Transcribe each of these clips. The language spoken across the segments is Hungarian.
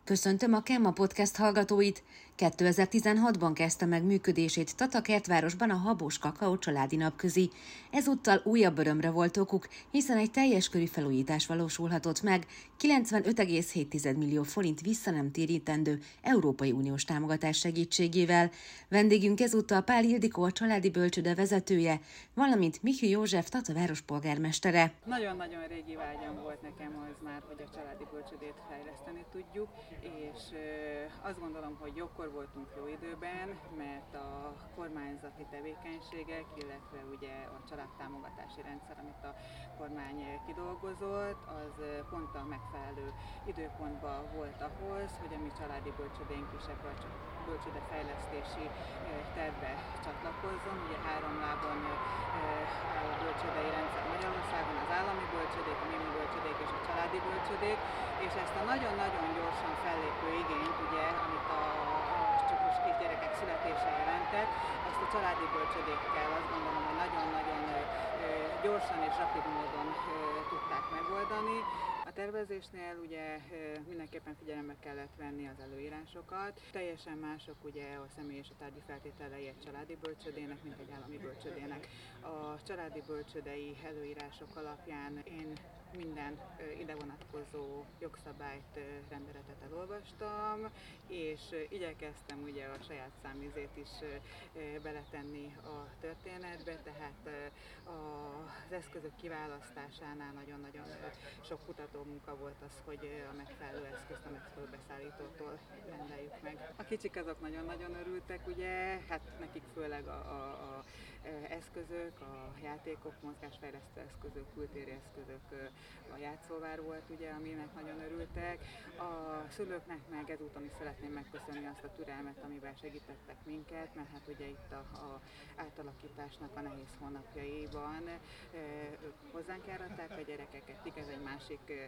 Köszöntöm a Kemma Podcast hallgatóit! 2016-ban kezdte meg működését Tatakertvárosban a Habos Kakaó családi napközi. Ezúttal újabb örömre volt okuk, hiszen egy teljes körű felújítás valósulhatott meg, 95,7 millió forint visszanemtérítendő Európai Uniós támogatás segítségével. Vendégünk ezúttal Pál Ildikó, a családi bölcsőde vezetője, valamint Michű József, Tata város polgármestere. Nagyon-nagyon régi vágyam volt nekem az már, hogy a családi bölcsődét fejleszteni tudjuk, és azt gondolom, hogy jókor voltunk jó időben, mert a kormányzati tevékenységek, illetve ugye a családtámogatási rendszer, amit a kormány kidolgozott, az pont a megfelelő időpontban volt ahhoz, hogy a mi családi bölcsődénk is ebbe a bölcsőde fejlesztési tervbe csatlakozzon. Ugye 3 lábon áll a bölcsődei rendszer Magyarországon, az állami bölcsődék, a mini bölcsődék és a családi bölcsődék, és ezt a nagyon-nagyon gyorsan fellépő igényt, ugye, amit a csokos kisgyerekek születése jelentett, ezt a családi bölcsődékkel azt gondolom, hogy nagyon-nagyon gyorsan és rapid módon tudták megoldani. A tervezésnél ugye mindenképpen figyelembe kellett venni az előírásokat. Teljesen mások ugye a személy és a tárgyi feltételei egy családi bölcsődének, mint egy állami bölcsődének. A családi bölcsődei előírások alapján én minden ide vonatkozó jogszabályt, rendeletet elolvastam, és igyekeztem ugye a saját számízét is beletenni a történetbe, tehát az eszközök kiválasztásánál nagyon-nagyon sok kutató munka volt az, hogy a megfelelő eszközt a megfelelő beszállítótól rendeljük meg. A kicsik azok nagyon-nagyon örültek, ugye, hát nekik főleg a eszközök, a játékok, mozgásfejlesztő eszközök, kültéri eszközök, a játszóvár volt, ugye, aminek nagyon örültek. A szülőknek meg ezúton is szeretném megköszönni azt a türelmet, amivel segítettek minket, mert hát ugye itt a átalakításnak a nehéz hónapjaiban ők hozzánk járatták a gyerekeket, ez egy másik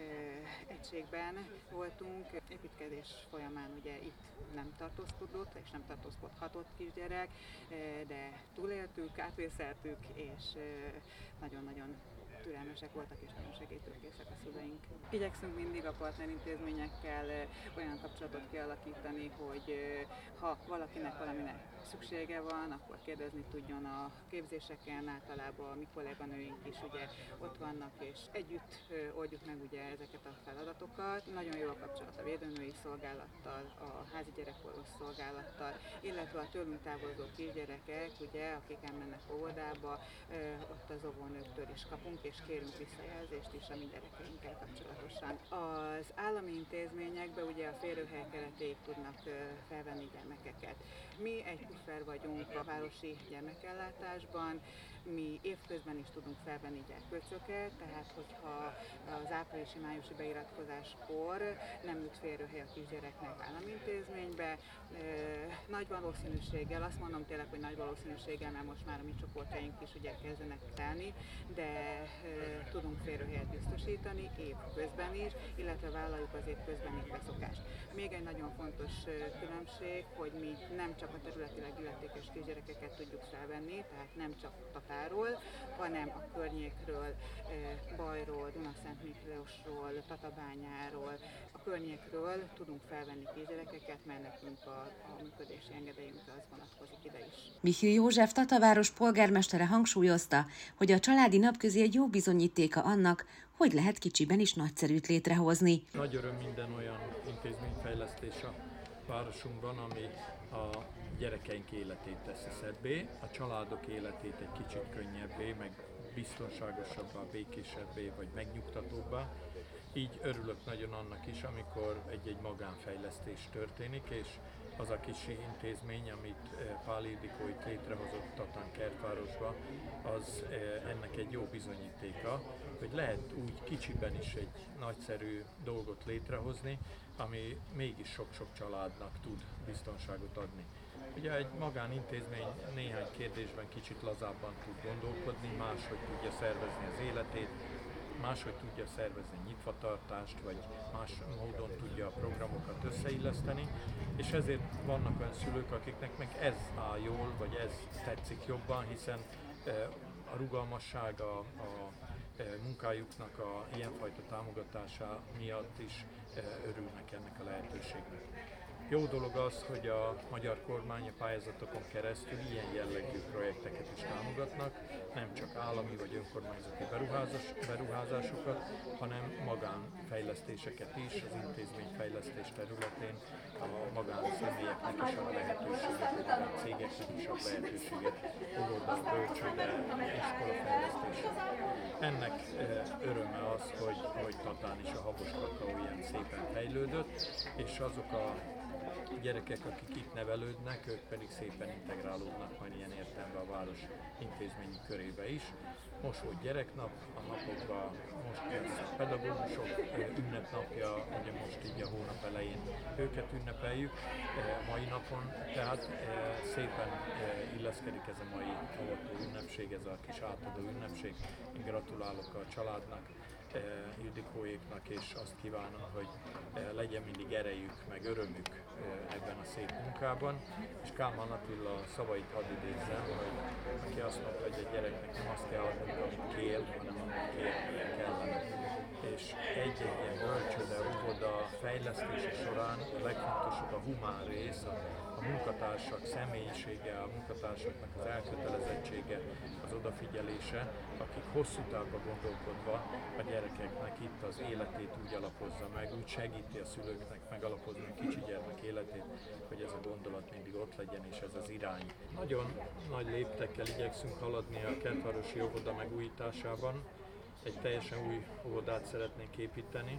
egységben voltunk. Építkezés folyamán ugye itt nem tartózkodott és nem tartózkodhatott kisgyerek, de túléltük, átvészeltük, és nagyon-nagyon türelmesek voltak és nagyon segítőkészek a szüleink. Igyekszünk mindig a partnerintézményekkel olyan kapcsolatot kialakítani, hogy ha valakinek valaminek szüksége van, akkor kérdezni tudjon a képzéseken. Általában a mi kolléganőink is ugye ott vannak, és együtt oldjuk meg ugye ezeket a feladatokat. Nagyon jó a kapcsolat a védőnői szolgálattal, a házi gyerekorvos szolgálattal, illetve a tőlünk távozó kisgyerekek, ugye, akik elmennek óvodába, ott az óvónőktől is kapunk, és kérünk visszajelzést is a mi gyerekeinkkel kapcsolatosan. Az állami intézményekben ugye a férőhely keretéig tudnak felvenni gyermekeket. Mi egy puffer vagyunk a városi gyermekellátásban, mi évközben is tudunk felvenni gyerkőcöket, tehát hogyha az áprilisi-májusi beiratkozáskor nem jut férőhely a kisgyereknek állami intézménybe, nagy valószínűséggel, azt mondom tényleg, hogy nagy valószínűséggel, mert most már a mi csoportjaink is ugye kezdenek telni, de tudunk férőhelyet biztosítani évközben is, illetve vállaljuk az évközbeni beszokást. Még egy nagyon fontos különbség, hogy mi nem csak a területileg illetékes kisgyerekeket tudjuk felvenni, tehát nem csak Tatáról, hanem a környékről, Bajról, Dunaszentmiklósról, Tatabányáról, a környékről tudunk felvenni kisgyerekeket, mert nekünk a működési engedélyünkre az vonatkozik ide is. Michű József, Tata város polgármestere hangsúlyozta, hogy a családi napközi egy jó bizonyítéka annak, hogy lehet kicsiben is nagyszerűt létrehozni. Nagy öröm minden olyan intézményfejlesztés a városunkban, ami a gyerekeink életét teszi szebbé, a családok életét egy kicsit könnyebbé, meg biztonságosabbá, békésebbé vagy megnyugtatóbbá. Így örülök nagyon annak is, amikor egy magánfejlesztés történik, és az a kis intézmény, amit Pál Ildikó itt létrehozott Tatán-Kertvárosba, az ennek egy jó bizonyítéka, hogy lehet úgy kicsiben is egy nagyszerű dolgot létrehozni, ami mégis sok-sok családnak tud biztonságot adni. Ugye egy magánintézmény néhány kérdésben kicsit lazábban tud gondolkodni, máshogy tudja szervezni az életét, máshogy tudja szervezni nyitvatartást, vagy más módon tudja a programokat összeilleszteni, és ezért vannak olyan szülők, akiknek meg ez áll jól, vagy ez tetszik jobban, hiszen a rugalmasság, a munkájuknak a ilyenfajta támogatása miatt is örülnek ennek a lehetőségnek. közösségnek. Jó dolog az, hogy a magyar kormány a pályázatokon keresztül ilyen jellegű projekteket is támogatnak, nem csak állami vagy önkormányzati beruházásokat, hanem magánfejlesztéseket is, az intézményfejlesztés területén a magánszemélyeknek is ad lehetőséget, a magáncégeknek is ad lehetőséget, óvoda, bölcsőde, iskolafejlesztésre. Ennek öröme az, hogy Tatán is a habos kakaó ilyen szépen fejlődött, és azok a gyerekek, akik itt nevelődnek, ők pedig szépen integrálódnak majd ilyen értelemben a város intézményi körébe is. Most volt gyereknap, a napokban most lesz a pedagógusok ünnepnapja, ugye most így a hónap elején őket ünnepeljük mai napon, tehát szépen illeszkedik ez a mai avató ünnepség, ez a kis átadó ünnepség. Én gratulálok a családnak, Ildikóéknak, és azt kívánom, hogy legyen mindig erejük, meg örömük ebben a szép munkában. És Kálmán Attila szavait hadd idézzem, hogy aki azt mondta, hogy egy gyereknek nem azt kell adnunk, amit kér, hanem amit kérnie kellene. És egy-egy ilyen bölcsőde, óvoda fejlesztése során a legfontosabb a humán rész, a munkatársak személyisége, a munkatársaknak az elkötelezettsége, az odafigyelése, akik hosszú távba gondolkodva a gyerekeknek itt az életét úgy alapozza meg, úgy segíti a szülőknek megalapozni a kicsi gyermek életét, hogy ez a gondolat mindig ott legyen, és ez az irány. Nagyon nagy léptekkel igyekszünk haladni a kertvárosi óvoda megújításában. Egy teljesen új óvodát szeretnénk építeni,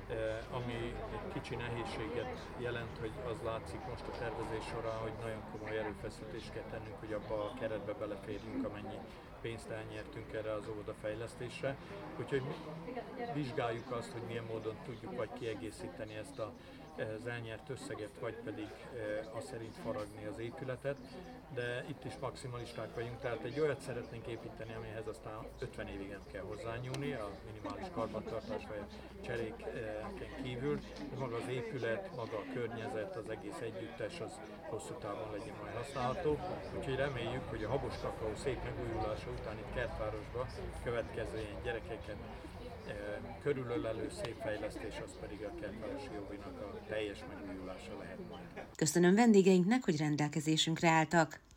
ami egy kicsi nehézséget jelent, hogy az látszik most a tervezés során, hogy nagyon komoly erőfeszítést kell tennünk, hogy abba a keretbe beleférjünk, amennyi pénzt elnyertünk erre az óvoda fejlesztésre. Úgyhogy vizsgáljuk azt, hogy milyen módon tudjuk vagy kiegészíteni ezt az elnyert összeget, vagy pedig azt szerint faragni az épületet, de itt is maximalisták vagyunk, tehát egy olyat szeretnénk építeni, amihez aztán 50 évig nem kell hozzányúlni, a minimális karbantartás vagy a cseréken kívül, maga az épület, maga a környezet, az egész együttes, az hosszú távon legyen majd használható. Úgyhogy reméljük, hogy a habos kakaó szép megújulása után itt Kertvárosban következő ilyen gyerekeket körülölelő szép fejlesztés, az pedig a kertvárosi óvinak a teljes megújulása lehet majd. Köszönöm vendégeinknek, hogy rendelkezésünkre álltak.